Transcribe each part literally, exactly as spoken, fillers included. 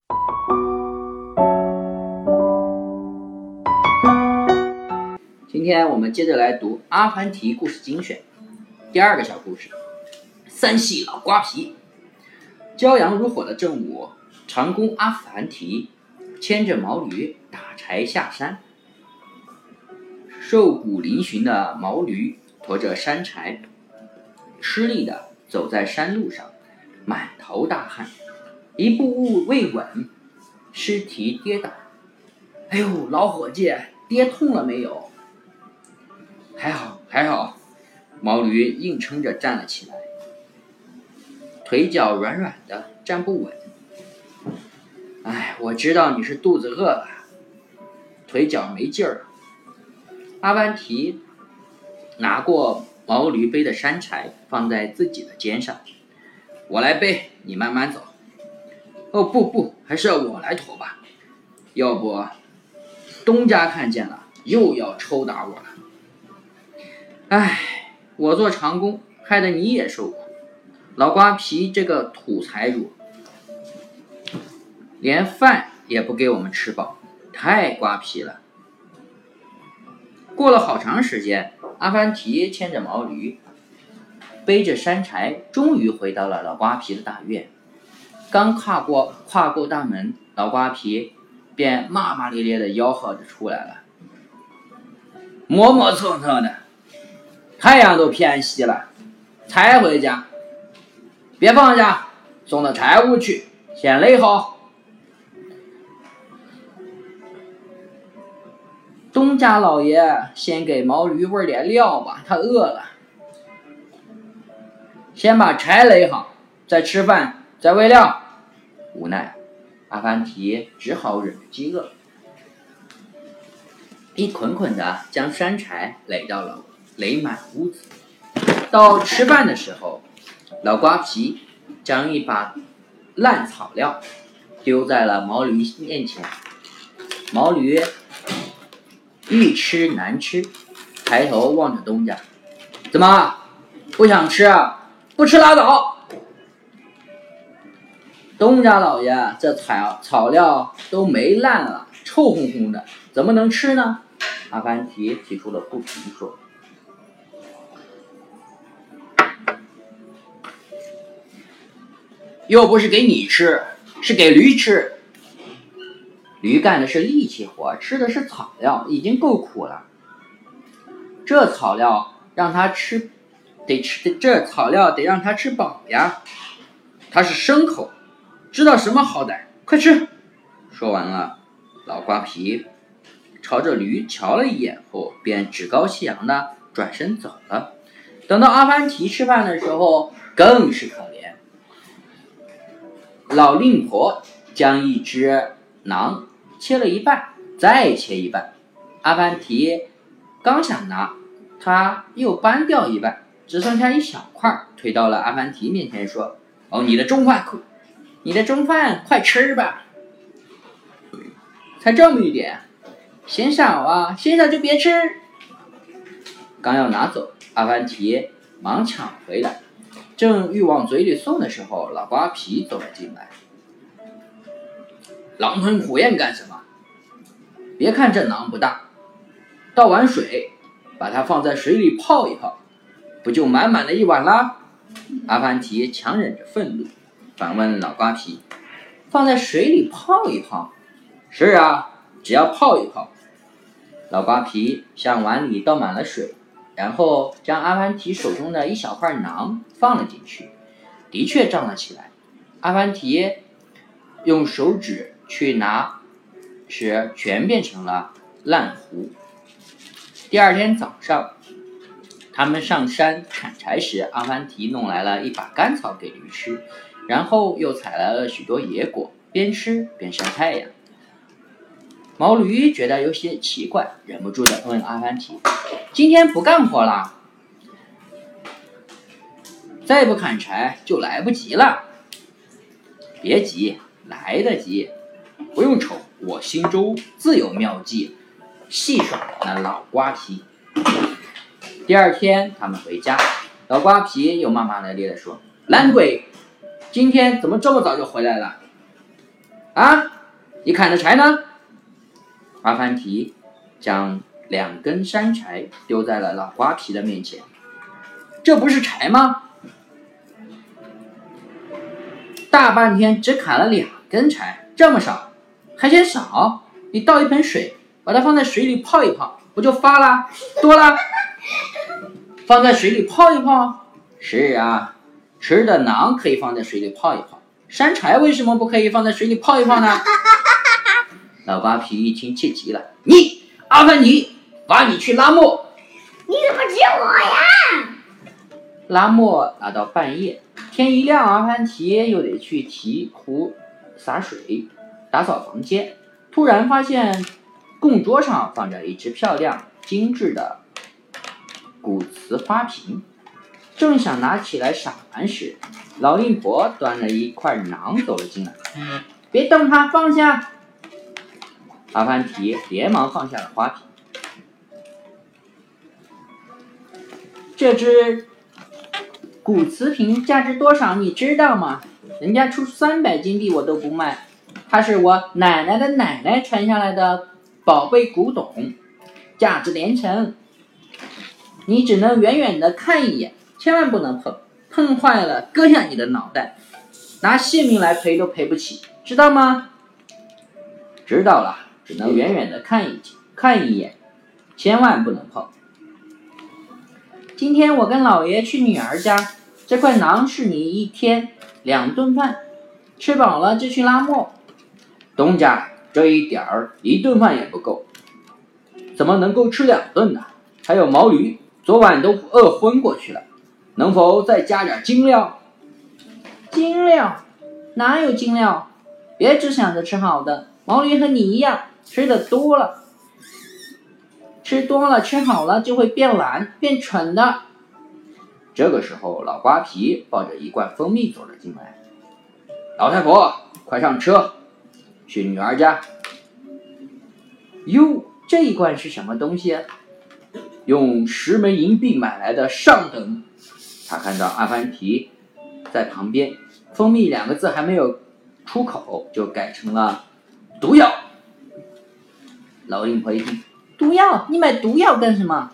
今天我们接着来读《阿凡提故事精选》第二个小故事：三系老瓜皮。骄阳如火的正午，长工阿凡提牵着毛驴打柴下山。瘦骨嶙峋的毛驴驮着山柴，吃力地走在山路上，满头大汗，一步未稳，失蹄跌倒。哎呦，老伙计，跌痛了没有？还好还好，毛驴硬撑着站了起来，腿脚软软的，站不稳。哎，我知道你是肚子饿了，腿脚没劲儿。阿凡提拿过毛驴背的山柴，放在自己的肩上。我来背，你慢慢走。哦，不不，还是我来驮吧，要不东家看见了又要抽打我了。唉，我做长工，害得你也受苦。老瓜皮这个土财主，连饭也不给我们吃饱，太瓜皮了。过了好长时间，阿凡提牵着毛驴，背着山柴，终于回到了老瓜皮的大院。刚跨过跨过大门，老瓜皮便骂骂咧咧的吆喝着出来了，磨磨蹭蹭的，太阳都偏西了，才回家，别放下，送到柴屋去，先垒好。东家老爷，先给毛驴喂点料吧，他饿了。先把柴垒好，再吃饭，再喂料。无奈，阿凡提只好忍着饥饿，一捆捆的将山柴垒到了垒满屋子。到吃饭的时候，老瓜皮将一把烂草料丢在了毛驴面前。毛驴欲吃难吃，抬头望着东家，怎么不想吃啊？不吃拉倒。东家老爷，这草草料都没烂了，臭烘烘的，怎么能吃呢？阿凡提提出了不平，说，又不是给你吃，是给驴吃。驴干的是力气活，吃的是草料，已经够苦了。这草料让他吃，得吃这草料得让他吃饱呀。他是牲口，知道什么好歹，快吃！说完了，老瓜皮朝着驴瞧了一眼后，便趾高气扬的转身走了。等到阿凡提吃饭的时候，更是可怜。老令婆将一只馕切了一半，再切一半。阿凡提刚想拿，他又搬掉一半，只剩下一小块，推到了阿凡提面前，说：“哦，你的中饭，你的中饭，快吃吧！才这么一点，嫌少啊，嫌少就别吃。”刚要拿走，阿凡提忙抢回来，正欲往嘴里送的时候，老瓜皮走了进来。狼吞虎咽干什么？别看这馕不大，倒碗水，把它放在水里泡一泡，不就满满的一碗啦？阿凡提强忍着愤怒，反问老瓜皮：“放在水里泡一泡？”“是啊，只要泡一泡。”老瓜皮向碗里倒满了水，然后将阿凡提手中的一小块馕放了进去，的确胀了起来。阿凡提用手指去拿时，全变成了烂糊。第二天早上，他们上山砍柴时，阿凡提弄来了一把干草给驴吃，然后又采来了许多野果，边吃边晒太阳。毛驴觉得有些奇怪，忍不住地问阿凡提：“今天不干活了？再不砍柴就来不及了。”“别急，来得及，不用愁，我心中自有妙计。”戏耍那老瓜皮。第二天他们回家，老瓜皮又骂骂咧咧地说：“懒鬼，今天怎么这么早就回来了？” 啊，你砍的柴呢？阿凡提将两根山柴丢在了老瓜皮的面前。这不是柴吗？大半天只砍了两根柴，这么少，还嫌少？你倒一盆水，把它放在水里泡一泡，不就发了？多了？放在水里泡一泡？是啊，吃的馕可以放在水里泡一泡，山柴为什么不可以放在水里泡一泡呢？老瓜皮一听气急了，你阿凡提，罚你去拉磨。 你怎么指我呀？ 拉磨拉到半夜，天一亮，阿凡提又得去提壶洒水，打扫房间。突然发现供桌上放着一只漂亮精致的古瓷花瓶，正想拿起来赏玩时，老令婆端了一块馕走了进来。别动它，放下！阿凡提连忙放下了花瓶。这只古瓷瓶价值多少你知道吗？人家出三百金币我都不卖，它是我奶奶的奶奶传下来的宝贝古董，价值连城。你只能远远的看一眼，千万不能碰，碰坏了割下你的脑袋，拿性命来赔都赔不起，知道吗？知道了，只能远远的看一看一眼，千万不能碰。今天我跟老爷去女儿家，这块馕是你一天两顿饭，吃饱了就去拉磨。东家这一点儿一顿饭也不够，怎么能够吃两顿呢？还有毛驴，昨晚都饿昏过去了，能否再加点精料？精料？哪有精料？别只想着吃好的，毛驴和你一样，吃的多了。吃多了吃好了就会变懒变蠢的。这个时候老瓜皮抱着一罐蜂蜜走了进来。老太婆，快上车，去女儿家。哟，这一罐是什么东西？用十枚银币买来的上等。他看到阿凡提在旁边，蜂蜜两个字还没有出口就改成了毒药。老令婆一听，毒药？你买毒药干什么？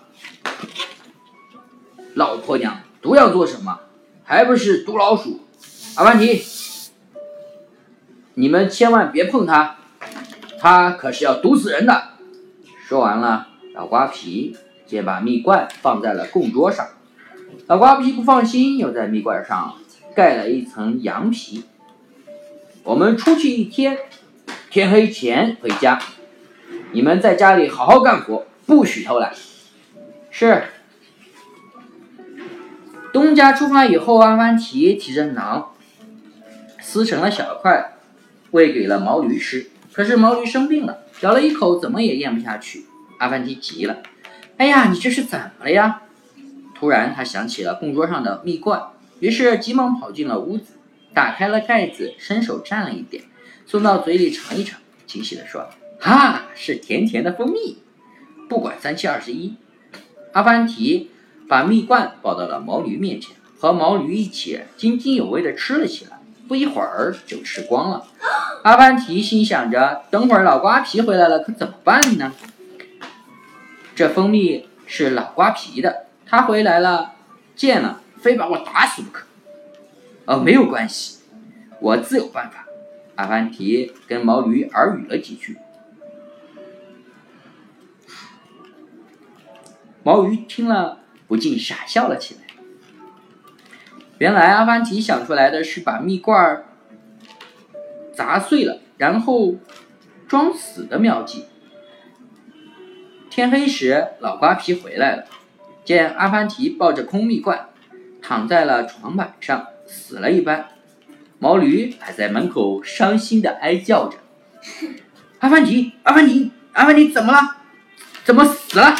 老婆娘，毒药做什么？还不是毒老鼠。阿凡提，你们千万别碰它，它可是要毒死人的。说完了，老瓜皮先把蜜罐放在了供桌上。老瓜皮不放心，又在蜜罐上盖了一层羊皮。我们出去一天，天黑前回家。你们在家里好好干活，不许偷懒。是。东家出发以后，阿凡提提着馕，撕成了小块，喂给了毛驴吃。可是毛驴生病了，咬了一口，怎么也咽不下去。阿凡提急了：“哎呀，你这是怎么了呀？”突然，他想起了供桌上的蜜罐，于是急忙跑进了屋子，打开了盖子，伸手蘸了一点，送到嘴里尝一尝，惊喜地说：“哈，是甜甜的蜂蜜。”不管三七二十一，阿凡提把蜜罐抱到了毛驴面前，和毛驴一起津津有味地吃了起来。不一会儿就吃光了。阿凡提心想着，等会儿老瓜皮回来了可怎么办呢？这蜂蜜是老瓜皮的，他回来了见了非把我打死不可。哦，没有关系，我自有办法。阿凡提跟毛驴耳语了几句。毛驴听了不禁傻笑了起来。原来阿凡提想出来的是把蜜罐砸碎了，然后装死的妙计。天黑时，老瓜皮回来了，见阿凡提抱着空蜜罐躺在了床板上，死了一般。毛驴还在门口伤心的哀叫着：“阿凡提，阿凡提，阿凡提怎么了？怎么死了？”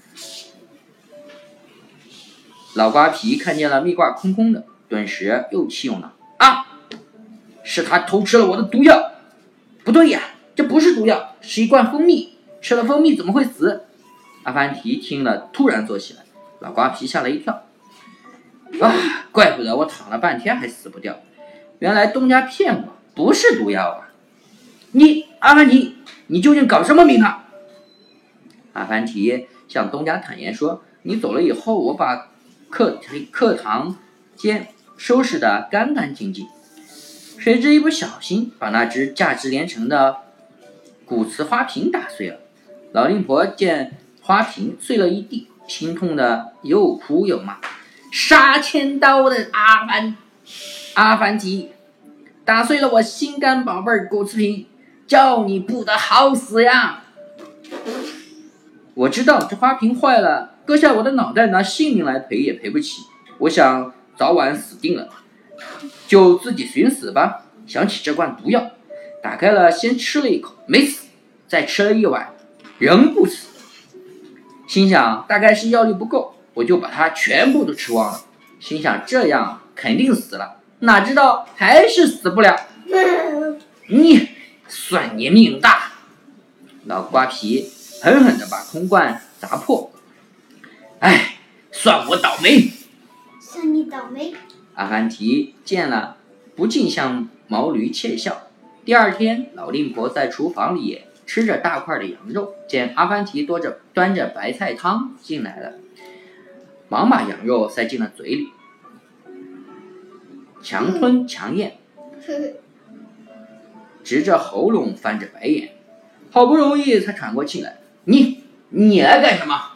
老瓜皮看见了蜜罐空空的，顿时又气又恼：“啊，是他偷吃了我的毒药！不对呀，这不是毒药，是一罐蜂蜜。吃了蜂蜜怎么会死？”阿凡提听了突然坐起来，老瓜皮吓了一跳：“啊，怪不得我躺了半天还死不掉，原来东家骗我，不是毒药啊！” 你阿凡提，你究竟搞什么名堂？阿凡提向东家坦言说：“你走了以后，我把课课堂间收拾得干干净净，谁知一不小心把那只价值连城的古瓷花瓶打碎了。”老令婆见花瓶碎了一地，心痛的又哭又骂：“杀千刀的阿凡阿凡提，打碎了我心肝宝贝古瓷瓶，叫你不得好死呀！我知道这花瓶坏了，割下我的脑袋拿性命来赔也赔不起。我想早晚死定了，就自己寻死吧。想起这罐毒药，打开了，先吃了一口，没死，再吃了一碗，仍不死。心想大概是药力不够，我就把它全部都吃光了。心想这样肯定死了，哪知道还是死不了。你算你命大！老瓜皮狠狠地把空罐砸破。哎，算我倒霉！ 算你倒霉！ 阿凡提见了，不禁向毛驴窃笑。第二天，老令婆在厨房里吃着大块的羊肉，见阿凡提端着端着白菜汤进来了，忙把羊肉塞进了嘴里，强吞强咽，直着喉咙翻着白眼，好不容易才喘过气来。你你来干什么？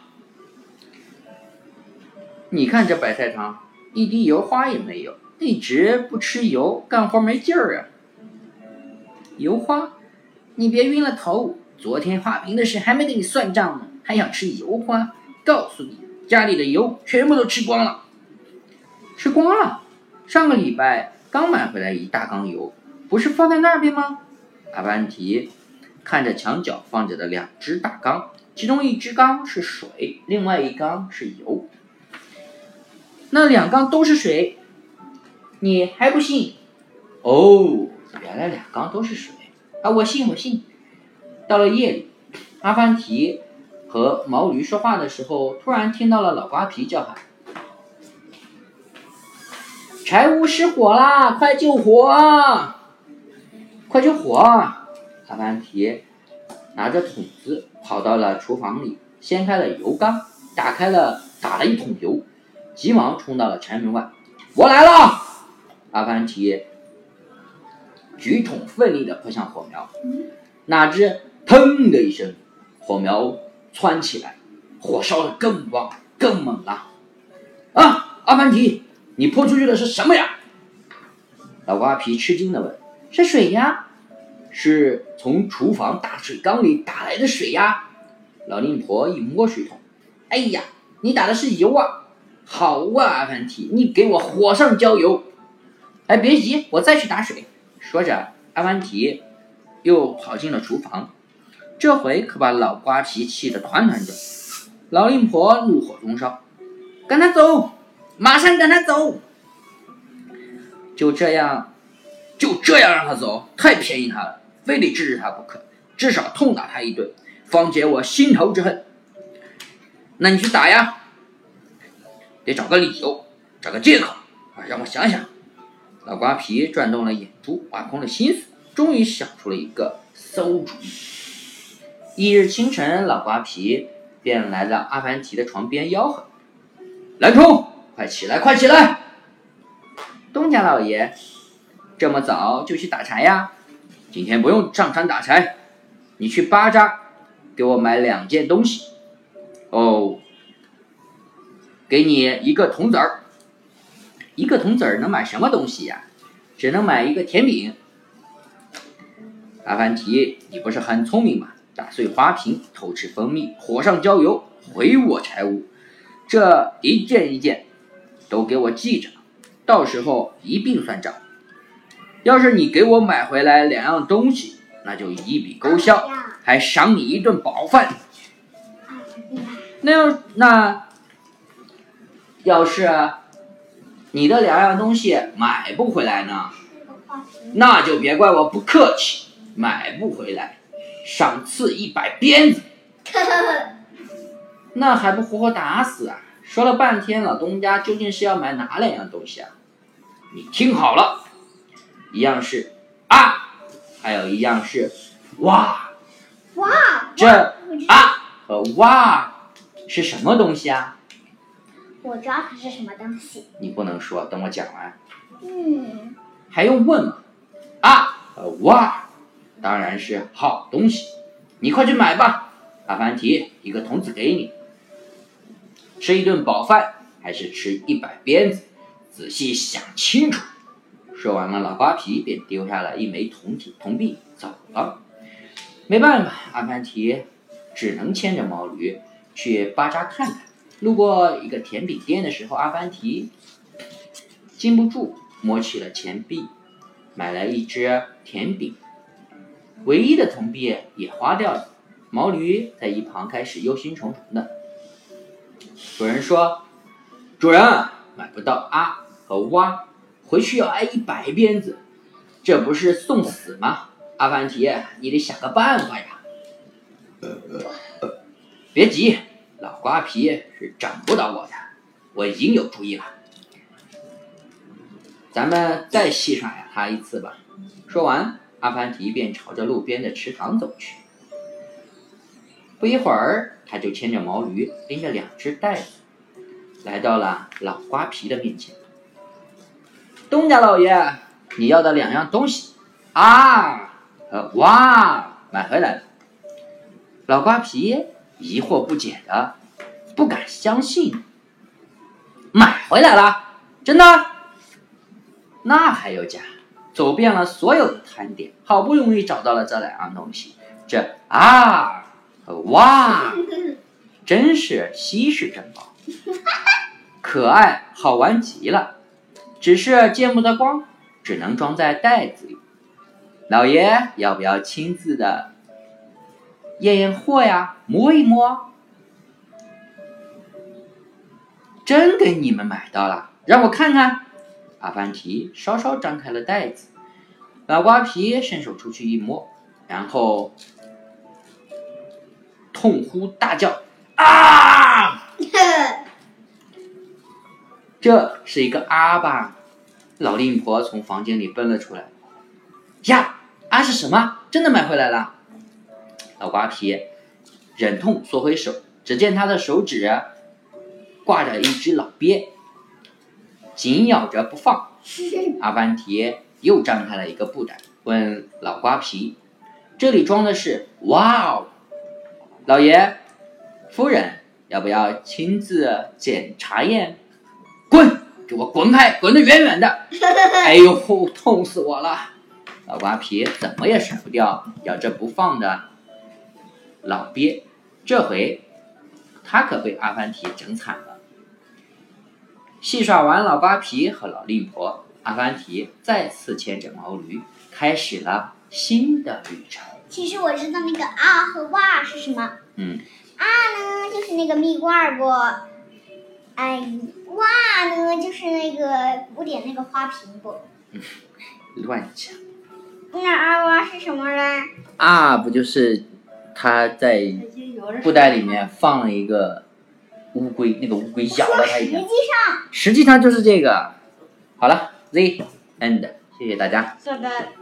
你看这白菜汤，一滴油花也没有，一直不吃油，干活没劲儿啊！油花，你别晕了头，昨天花瓶的事还没给你算账呢，还想吃油花？告诉你，家里的油全部都吃光了。吃光了？上个礼拜刚买回来一大缸油，不是放在那边吗？阿凡提看着墙角放着的两只大缸，其中一只缸是水，另外一缸是油。那两缸都是水，你还不信？哦，原来两缸都是水啊！我信，我信。到了夜里，阿凡提和毛驴说话的时候，突然听到了老瓜皮叫喊：“柴屋失火啦！快救火！快救火！”阿凡提拿着桶子跑到了厨房里，掀开了油缸，打开了，打了一桶油，急忙冲到了柴门外。我来了！阿凡提举桶奋力地扑向火苗，哪知腾的一声，火苗窜起来，火烧得更旺更猛了。啊，阿凡提，你泼出去的是什么呀？老瓜皮吃惊地问。是水呀，是从厨房大水缸里打来的水呀。老令婆一摸水桶，哎呀，你打的是油啊！好啊，阿凡提，你给我火上浇油。哎，别急，我再去打水。说着，阿凡提又跑进了厨房，这回可把老瓜皮气得团团转。老令婆怒火中烧，赶他走，马上赶他走！就这样，就这样让他走，太便宜他了，非得治治他不可，至少痛打他一顿，方解我心头之恨。那你去打呀，得找个理由，找个借口，让我想想。老瓜皮转动了眼珠，挖空了心思，终于想出了一个馊主意。一日清晨，老瓜皮便来到阿凡提的床边吆喝：“蓝冲，快起来，快起来！东家老爷，这么早就去打柴呀？今天不用上山打柴，你去巴扎给我买两件东西。哦，给你一个铜子儿。一个铜子儿能买什么东西呀？只能买一个甜饼。阿凡提，你不是很聪明吗？打碎花瓶，偷吃蜂蜜，火上浇油，毁我柴屋，这一件一件都给我记着，到时候一并算账。要是你给我买回来两样东西，那就一笔勾销，还赏你一顿饱饭。那要那要是你的两样东西买不回来呢，那就别怪我不客气，买不回来赏赐一百鞭子。那还不活活打死啊？说了半天，老东家究竟是要买哪两样东西啊？你听好了，一样是啊还有一样是哇。 哇， 这啊和哇是什么东西啊？ 我知道它是什么东西。 你不能说，等我讲完。 嗯， 还用问吗？啊和哇当然是好东西，你快去买吧。阿凡提，一个童子给你。吃一顿饱饭还是吃一百鞭子？仔细想清楚。说完了，老瓜皮便丢下了一枚铜体铜币走了。没办法，阿凡提只能牵着毛驴去巴扎看看。路过一个甜饼店的时候，阿凡提禁不住摸起了钱币，买了一只甜饼。唯一的铜币也花掉了。毛驴在一旁开始忧心忡忡的。主人说：“主人，买不到啊和哇，回去要挨一百鞭子，这不是送死吗？阿凡提，你得想个办法呀！”呃呃、别急，老瓜皮是整不倒我的，我已经有主意了。咱们再戏耍他一次吧。说完，阿凡提便朝着路边的池塘走去。不一会儿，他就牵着毛驴，拎着两只袋子，来到了老瓜皮的面前。东家老爷，你要的两样东西啊和哇买回来了。老瓜皮疑惑不解的，不敢相信。买回来了？真的？那还有假？走遍了所有的摊点，好不容易找到了这两样东西。这啊和哇真是稀世珍宝，可爱好玩极了，只是见不得光，只能装在袋子里。老爷要不要亲自的验验货呀，摸一摸？真给你们买到了，让我看看。阿凡提稍稍张开了袋子，老瓜皮伸手出去一摸，然后痛呼大叫：“啊！”这是一个啊吧？老令婆从房间里奔了出来。呀，啊是什么？真的买回来了？老瓜皮忍痛缩回手，只见他的手指挂着一只老鳖，紧咬着不放。阿凡提又张开了一个布袋，问老瓜皮：“这里装的是哇哦，老爷夫人要不要亲自检查验？”“滚，给我滚开，滚得远远的！”哎呦，痛死我了！老瓜皮怎么也甩不掉咬着不放的老鳖，这回他可被阿凡提整惨了。戏耍完老瓜皮和老令婆，阿凡提再次牵着毛驴开始了新的旅程。 其实我知道那个啊和哇是什么。 嗯， 啊呢就是那个蜜罐不，哎，哇呢就是那个古典那个花瓶不。 嗯，乱讲。 那啊哇是什么嘞？ 啊，不就是他在布袋里面放了一个乌龟，那个乌龟咬了他一下。 实际上， 实际上就是这个。好了 ，The end， 谢谢大家。 这个。